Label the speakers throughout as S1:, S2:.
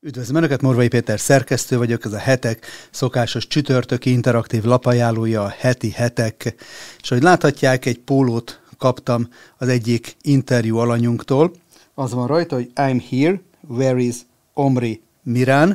S1: Üdvözlöm Önöket, Morvai Péter szerkesztő vagyok, ez a Hetek szokásos csütörtöki interaktív lapajánlója, a Heti Hetek. És ahogy láthatják, egy pólót kaptam az egyik interjú alanyunktól. Az van rajta, hogy I'm here, where is Omri Miran.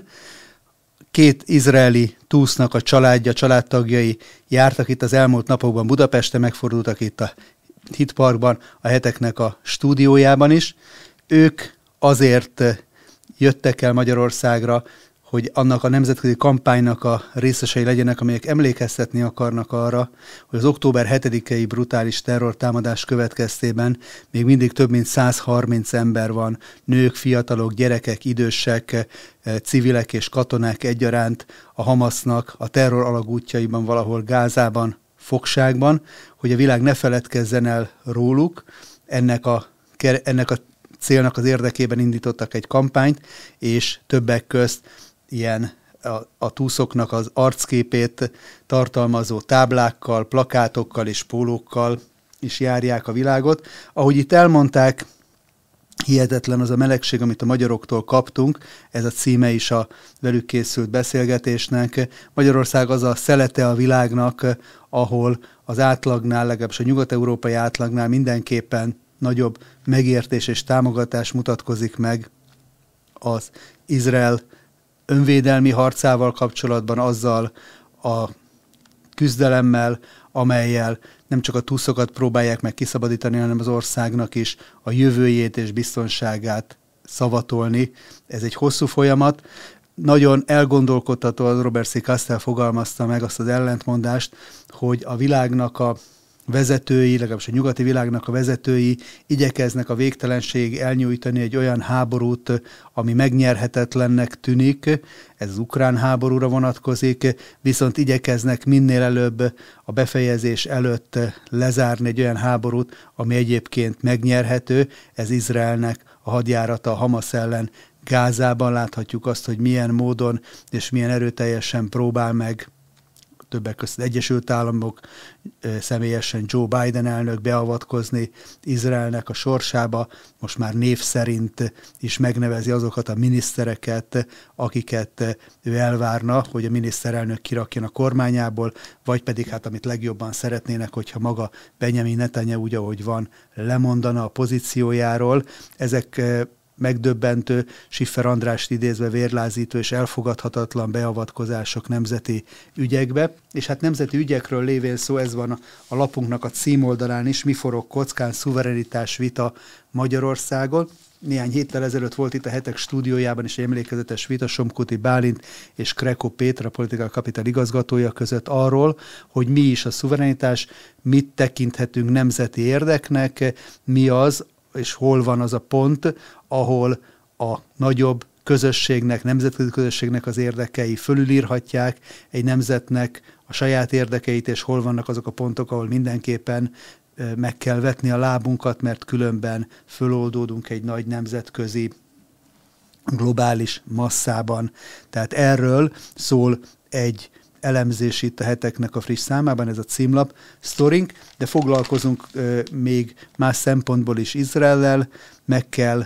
S1: Két izraeli túsznak a családtagjai jártak itt az elmúlt napokban Budapesten, megfordultak itt a Hitparkban, a Heteknek a stúdiójában is. Ők azért jöttek el Magyarországra, hogy annak a nemzetközi kampánynak a részesei legyenek, amelyek emlékeztetni akarnak arra, hogy az október 7-i brutális terrortámadás következtében még mindig több mint 130 ember van, nők, fiatalok, gyerekek, idősek, civilek és katonák egyaránt a Hamasznak a terror alagútjaiban, valahol Gázában, fogságban, hogy a világ ne feledkezzen el róluk. Ennek a célnak az érdekében indítottak egy kampányt, és többek közt ilyen a túszoknak az arcképét tartalmazó táblákkal, plakátokkal és pólókkal is járják a világot. Ahogy itt elmondták, hihetetlen az a melegség, amit a magyaroktól kaptunk, ez a címe is a velük készült beszélgetésnek. Magyarország az a szelete a világnak, ahol az átlagnál, legalábbis a nyugat-európai átlagnál mindenképpen nagyobb megértés és támogatás mutatkozik meg az Izrael önvédelmi harcával kapcsolatban, azzal a küzdelemmel, amellyel nem csak a túszokat próbálják meg kiszabadítani, hanem az országnak is a jövőjét és biztonságát szavatolni. Ez egy hosszú folyamat. Nagyon elgondolkodtató, az Robert C. Castell fogalmazta meg azt az ellentmondást, hogy a világnak a vezetői, legalábbis a nyugati világnak a vezetői igyekeznek a végtelenség elnyújtani egy olyan háborút, ami megnyerhetetlennek tűnik, ez az ukrán háborúra vonatkozik, viszont igyekeznek minél előbb a befejezés előtt lezárni egy olyan háborút, ami egyébként megnyerhető, ez Izraelnek a hadjárata a Hamasz ellen Gázában. Láthatjuk azt, hogy milyen módon és milyen erőteljesen próbál meg többek között Egyesült Államok, személyesen Joe Biden elnök beavatkozni Izraelnek a sorsába. Most már név szerint is megnevezi azokat a minisztereket, akiket ő elvárna, hogy a miniszterelnök kirakjon a kormányából, vagy pedig hát amit legjobban szeretnének, hogyha maga Benjamin Netanyahu úgy, ahogy van, lemondana a pozíciójáról. Ezek megdöbbentő, Schiffer Andrást idézve vérlázító és elfogadhatatlan beavatkozások nemzeti ügyekbe. És hát nemzeti ügyekről lévén szó, ez van a lapunknak a címoldalán is, mi forog kockán, szuverenitás vita Magyarországon. Néhány héttel ezelőtt volt itt a Hetek stúdiójában is egy emlékezetes vita Somkuti Bálint és Kreko Péter, a Political Capital igazgatója között arról, hogy mi is a szuverenitás, mit tekinthetünk nemzeti érdeknek, mi az, és hol van az a pont, ahol a nagyobb közösségnek, nemzetközi közösségnek az érdekei fölülírhatják egy nemzetnek a saját érdekeit, és hol vannak azok a pontok, ahol mindenképpen meg kell vetni a lábunkat, mert különben föloldódunk egy nagy nemzetközi globális masszában. Tehát erről szól egy elemzés itt a Heteknek a friss számában, ez a címlap sztorink, de foglalkozunk még más szempontból is Izraellel, meg kell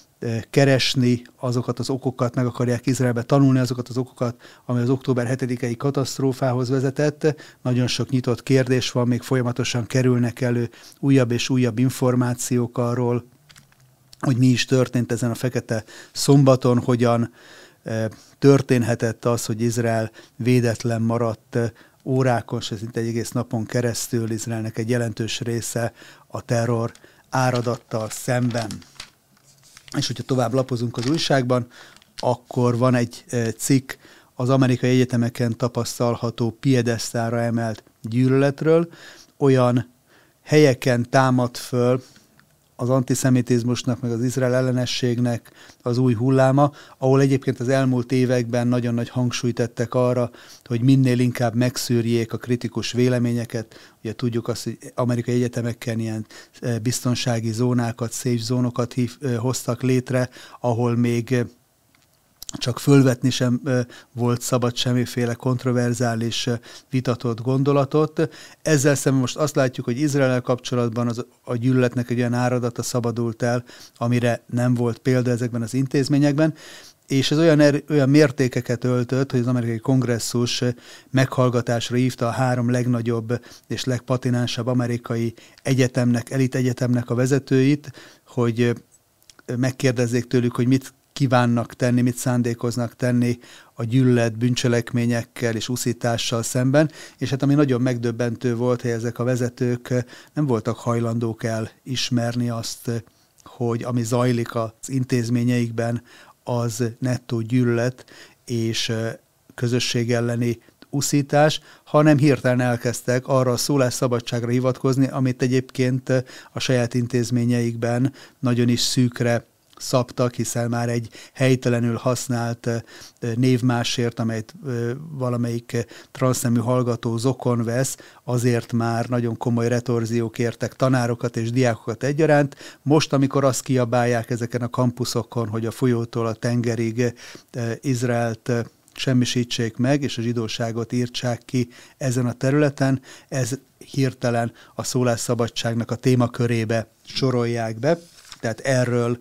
S1: keresni azokat az okokat, meg akarják Izraelbe tanulni azokat az okokat, ami az október 7-i katasztrófához vezetett. Nagyon sok nyitott kérdés van, még folyamatosan kerülnek elő újabb és újabb információk arról, hogy mi is történt ezen a fekete szombaton, hogyan történhetett az, hogy Izrael védetlen maradt órákon, és szinte egy egész napon keresztül. Izraelnek egy jelentős része a terror áradattal szemben. És hogyha tovább lapozunk az újságban, akkor van egy cikk az amerikai egyetemeken tapasztalható piedesztára emelt gyűlöletről. Olyan helyeken támad föl az antiszemitizmusnak, meg az Izrael ellenességnek az új hulláma, ahol egyébként az elmúlt években nagyon nagy hangsúlyt tettek arra, hogy minél inkább megszűrjék a kritikus véleményeket. Ugye tudjuk azt, hogy amerikai egyetemeken ilyen biztonsági zónákat, safe zónokat hoztak létre, ahol még csak fölvetni sem volt szabad semmiféle kontroverzális, vitatott gondolatot. Ezzel szemben most azt látjuk, hogy Izraellel kapcsolatban a gyűlöletnek egy olyan áradata szabadult el, amire nem volt példa ezekben az intézményekben, és ez olyan mértékeket öltött, hogy az amerikai kongresszus meghallgatásra hívta a 3 legnagyobb és legpatinánsabb amerikai egyetemnek, elit egyetemnek a vezetőit, hogy megkérdezzék tőlük, hogy mit kívánnak tenni, mit szándékoznak tenni a gyűlölet bűncselekményekkel és uszítással szemben, és hát ami nagyon megdöbbentő volt, hogy ezek a vezetők nem voltak hajlandók elismerni azt, hogy ami zajlik az intézményeikben, az nettó gyűlölet és közösség elleni uszítás, hanem hirtelen elkezdtek arra a szólásszabadságra hivatkozni, amit egyébként a saját intézményeikben nagyon is szűkre szabtak, hiszen már egy helytelenül használt névmásért, amelyet valamelyik transznemű hallgató zokon vesz, azért már nagyon komoly retorziók értek tanárokat és diákokat egyaránt. Most, amikor azt kiabálják ezeken a kampuszokon, hogy a folyótól a tengerig Izraelt semmisítsék meg, és a zsidóságot írtsák ki ezen a területen, ez hirtelen a szólásszabadságnak a témakörébe sorolják be. Tehát erről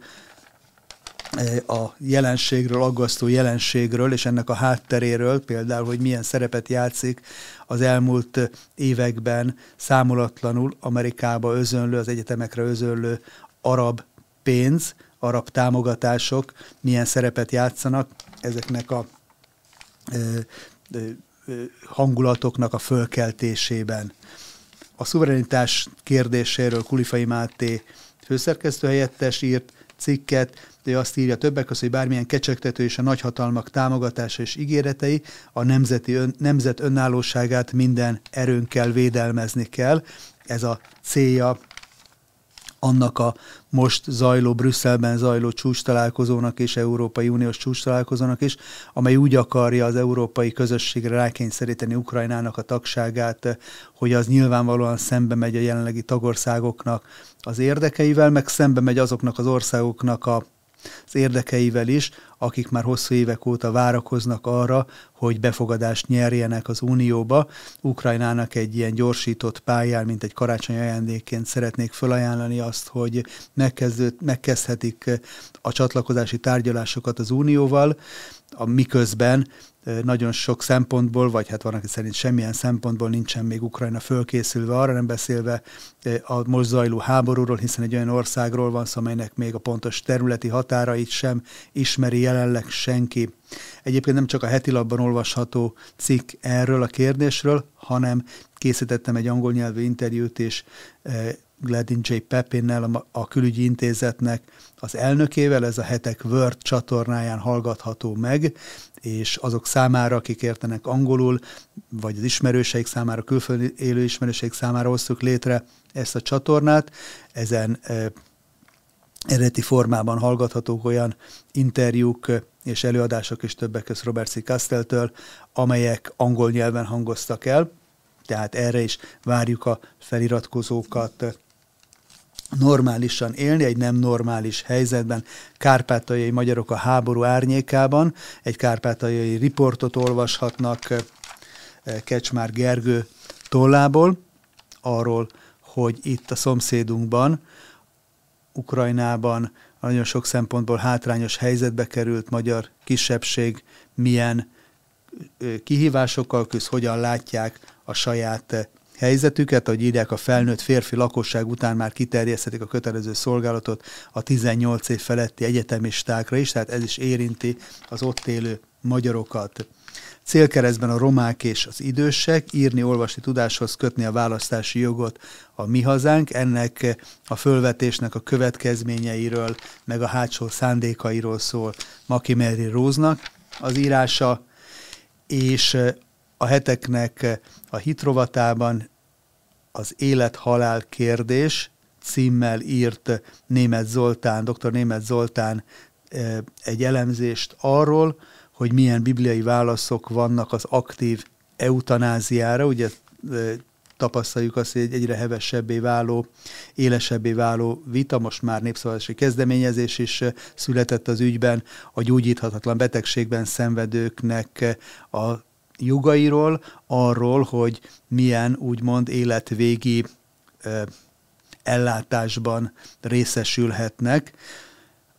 S1: a jelenségről, aggasztó jelenségről, és ennek a hátteréről, például, hogy milyen szerepet játszik az elmúlt években számolatlanul Amerikába özönlő, az egyetemekre özönlő arab pénz, arab támogatások milyen szerepet játszanak ezeknek a hangulatoknak a fölkeltésében. A szuverenitás kérdéséről Kulifai Máté főszerkesztő helyettes írt cikket, de azt írja többek között, hogy bármilyen kecsegtető és a nagyhatalmak támogatása és ígéretei a nemzet önállóságát minden erőnkkel védelmezni kell. Ez a célja annak a most zajló, Brüsszelben zajló csúcstalálkozónak és Európai Uniós csúcstalálkozónak is, amely úgy akarja az európai közösségre rákényszeríteni Ukrajnának a tagságát, hogy az nyilvánvalóan szembe megy a jelenlegi tagországoknak az érdekeivel, meg szembe megy azoknak az országoknak az érdekeivel is, akik már hosszú évek óta várakoznak arra, hogy befogadást nyerjenek az Unióba. Ukrajnának egy ilyen gyorsított pályán, mint egy karácsonyi ajándékként szeretnék felajánlani azt, hogy megkezdhetik a csatlakozási tárgyalásokat az Unióval, miközben nagyon sok szempontból, vagy hát van, aki szerint semmilyen szempontból nincsen még Ukrajna fölkészülve arra, nem beszélve a most zajló háborúról, hiszen egy olyan országról van szó, amelynek még a pontos területi határait sem ismeri jelenleg senki. Egyébként nem csak a Heti Lapban olvasható cikk erről a kérdésről, hanem készítettem egy angol nyelvű interjút is Gladyn J. Pepinnel, a külügyi intézetnek az elnökével, ez a Hetek Word csatornáján hallgatható meg, és azok számára, akik értenek angolul, vagy az ismerőseik számára, külföldi élő ismerőseik számára hoztuk létre ezt a csatornát. Ezen eredeti formában hallgathatók olyan interjúk és előadások is többek között Robert C. Casteltől, amelyek angol nyelven hangoztak el, tehát erre is várjuk a feliratkozókat. Normálisan élni egy nem normális helyzetben. Kárpátaljai magyarok a háború árnyékában. Egy kárpátaljai riportot olvashatnak Kecsmár Gergő tollából, arról, hogy itt a szomszédunkban, Ukrajnában nagyon sok szempontból hátrányos helyzetbe került magyar kisebbség milyen kihívásokkal küzd, hogyan látják a saját helyzetüket, ahogy írják, a felnőtt férfi lakosság után már kiterjeszthetik a kötelező szolgálatot a 18 év feletti egyetemistákra is, tehát ez is érinti az ott élő magyarokat. Célkeresztben a romák és az idősek, írni, olvasni tudáshoz kötni a választási jogot a Mi Hazánk, ennek a fölvetésnek a következményeiről, meg a hátsó szándékairól szól Maki Mary Rose-nak az írása, és a Heteknek a hitrovatában az élet-halál kérdés címmel írt Németh Zoltán, dr. Németh Zoltán egy elemzést arról, hogy milyen bibliai válaszok vannak az aktív eutanáziára. Ugye tapasztaljuk azt, hogy egy egyre hevesebbé váló, élesebbé váló vita, most már népszavazási kezdeményezés is született az ügyben, a gyógyíthatatlan betegségben szenvedőknek a jogairól, arról, hogy milyen úgymond életvégi ellátásban részesülhetnek.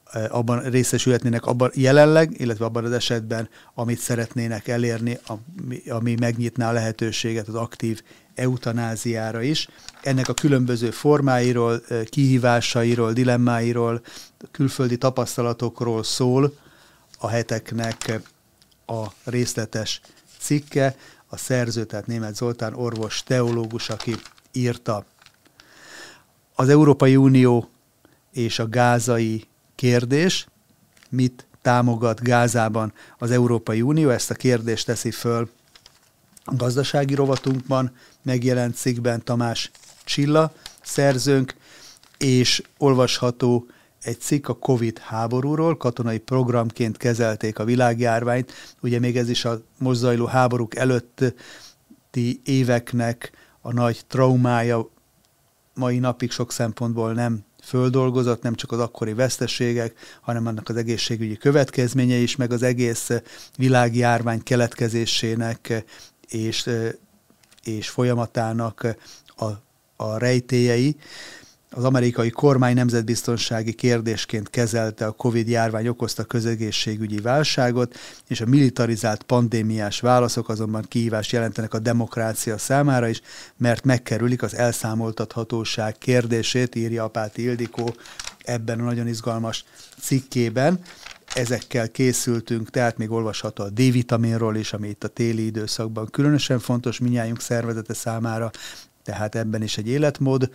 S1: abban részesülhetnének abban jelenleg, illetve abban az esetben, amit szeretnének elérni, ami megnyitná a lehetőséget az aktív eutanáziára is. Ennek a különböző formáiról, kihívásairól, dilemmáiról, külföldi tapasztalatokról szól a heteknek a részletes cikke. A szerző, tehát Németh Zoltán orvos, teológus, aki írta. Az Európai Unió és a gázai kérdés, mit támogat Gázában az Európai Unió, ezt a kérdést teszi föl a gazdasági rovatunkban megjelent cikkben Tamás Csilla szerzőnk, és olvasható egy cikk a Covid háborúról, katonai programként kezelték a világjárványt. Ugye még ez is a most zajló háborúk előtti éveknek a nagy traumája, mai napig sok szempontból nem földolgozott, nem csak az akkori veszteségek, hanem annak az egészségügyi következménye is, meg az egész világjárvány keletkezésének és folyamatának a rejtélyei. Az amerikai kormány nemzetbiztonsági kérdésként kezelte a Covid-járvány okozta közegészségügyi válságot, és a militarizált pandémiás válaszok azonban kihívást jelentenek a demokrácia számára is, mert megkerülik az elszámoltathatóság kérdését, írja Apáti Ildikó ebben a nagyon izgalmas cikkében. Ezekkel készültünk, tehát még olvasható a D-vitaminról is, ami itt a téli időszakban különösen fontos mindnyájunk szervezete számára, tehát ebben is egy életmód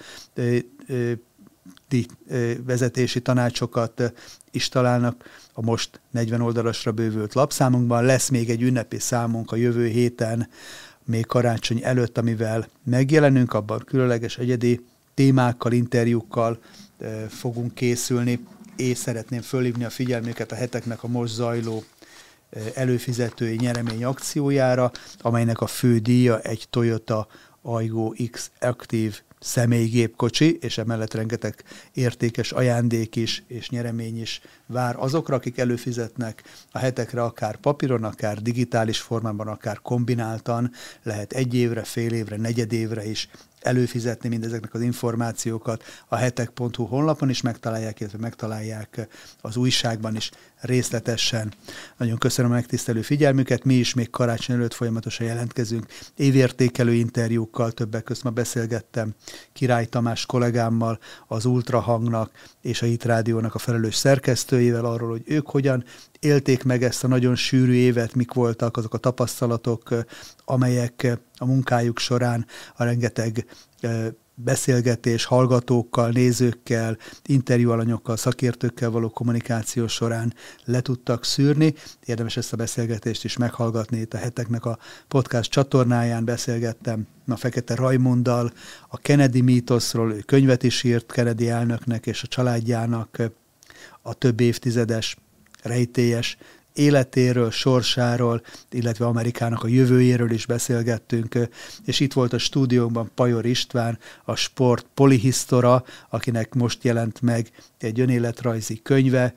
S1: vezetési tanácsokat is találnak a most 40 oldalasra bővült lapszámunkban. Lesz még egy ünnepi számunk a jövő héten, még karácsony előtt, amivel megjelenünk, abban különleges egyedi témákkal, interjúkkal fogunk készülni, és szeretném fölhívni a figyelmüket a heteknek a most zajló előfizetői nyeremény akciójára, amelynek a fő díja egy Toyota Aygo X aktív személygépkocsi, és emellett rengeteg értékes ajándék is, és nyeremény is vár azokra, akik előfizetnek a hetekre, akár papíron, akár digitális formában, akár kombináltan, lehet 1 évre, fél évre, negyedévre is előfizetni mindezeknek az információkat. A hetek.hu honlapon is megtalálják, illetve megtalálják az újságban is részletesen. Nagyon köszönöm a megtisztelő figyelmüket, mi is még karácsony előtt folyamatosan jelentkezünk évértékelő interjúkkal, többek között ma beszélgettem Király Tamás kollégámmal, az Ultrahangnak és a Hit Rádiónak a felelős szerkesztőjével arról, hogy ők hogyan élték meg ezt a nagyon sűrű évet, mik voltak azok a tapasztalatok, amelyek a munkájuk során a rengeteg beszélgetés hallgatókkal, nézőkkel, interjúalanyokkal, szakértőkkel való kommunikáció során le tudtak szűrni. Érdemes ezt a beszélgetést is meghallgatni. Itt a heteknek a podcast csatornáján beszélgettem a Fekete Rajmunddal, a Kennedy mítoszról, ő könyvet is írt Kennedy elnöknek és a családjának a több évtizedes, rejtélyes életéről, sorsáról, illetve Amerikának a jövőjéről is beszélgettünk, és itt volt a stúdiónkban Pajor István, a sport polihisztora, akinek most jelent meg egy önéletrajzi könyve,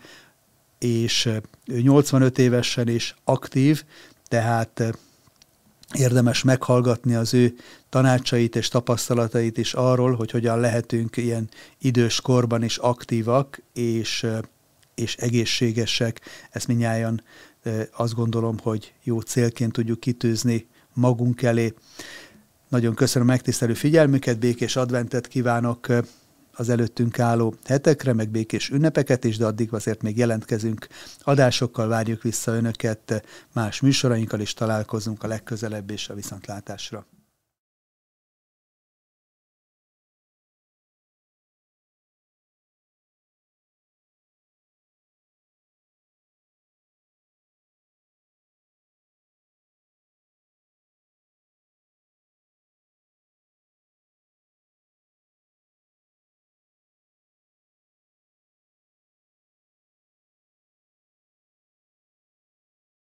S1: és ő 85 évesen is aktív, tehát érdemes meghallgatni az ő tanácsait és tapasztalatait is arról, hogy hogyan lehetünk ilyen idős korban is aktívak, és egészségesek. Ezt mindnyájan azt gondolom, hogy jó célként tudjuk kitűzni magunk elé. Nagyon köszönöm a megtisztelő figyelmüket, békés adventet kívánok az előttünk álló hetekre, meg békés ünnepeket is, de addig azért még jelentkezünk adásokkal, várjuk vissza önöket, más műsorainkkal is találkozunk a legközelebb és a viszontlátásra.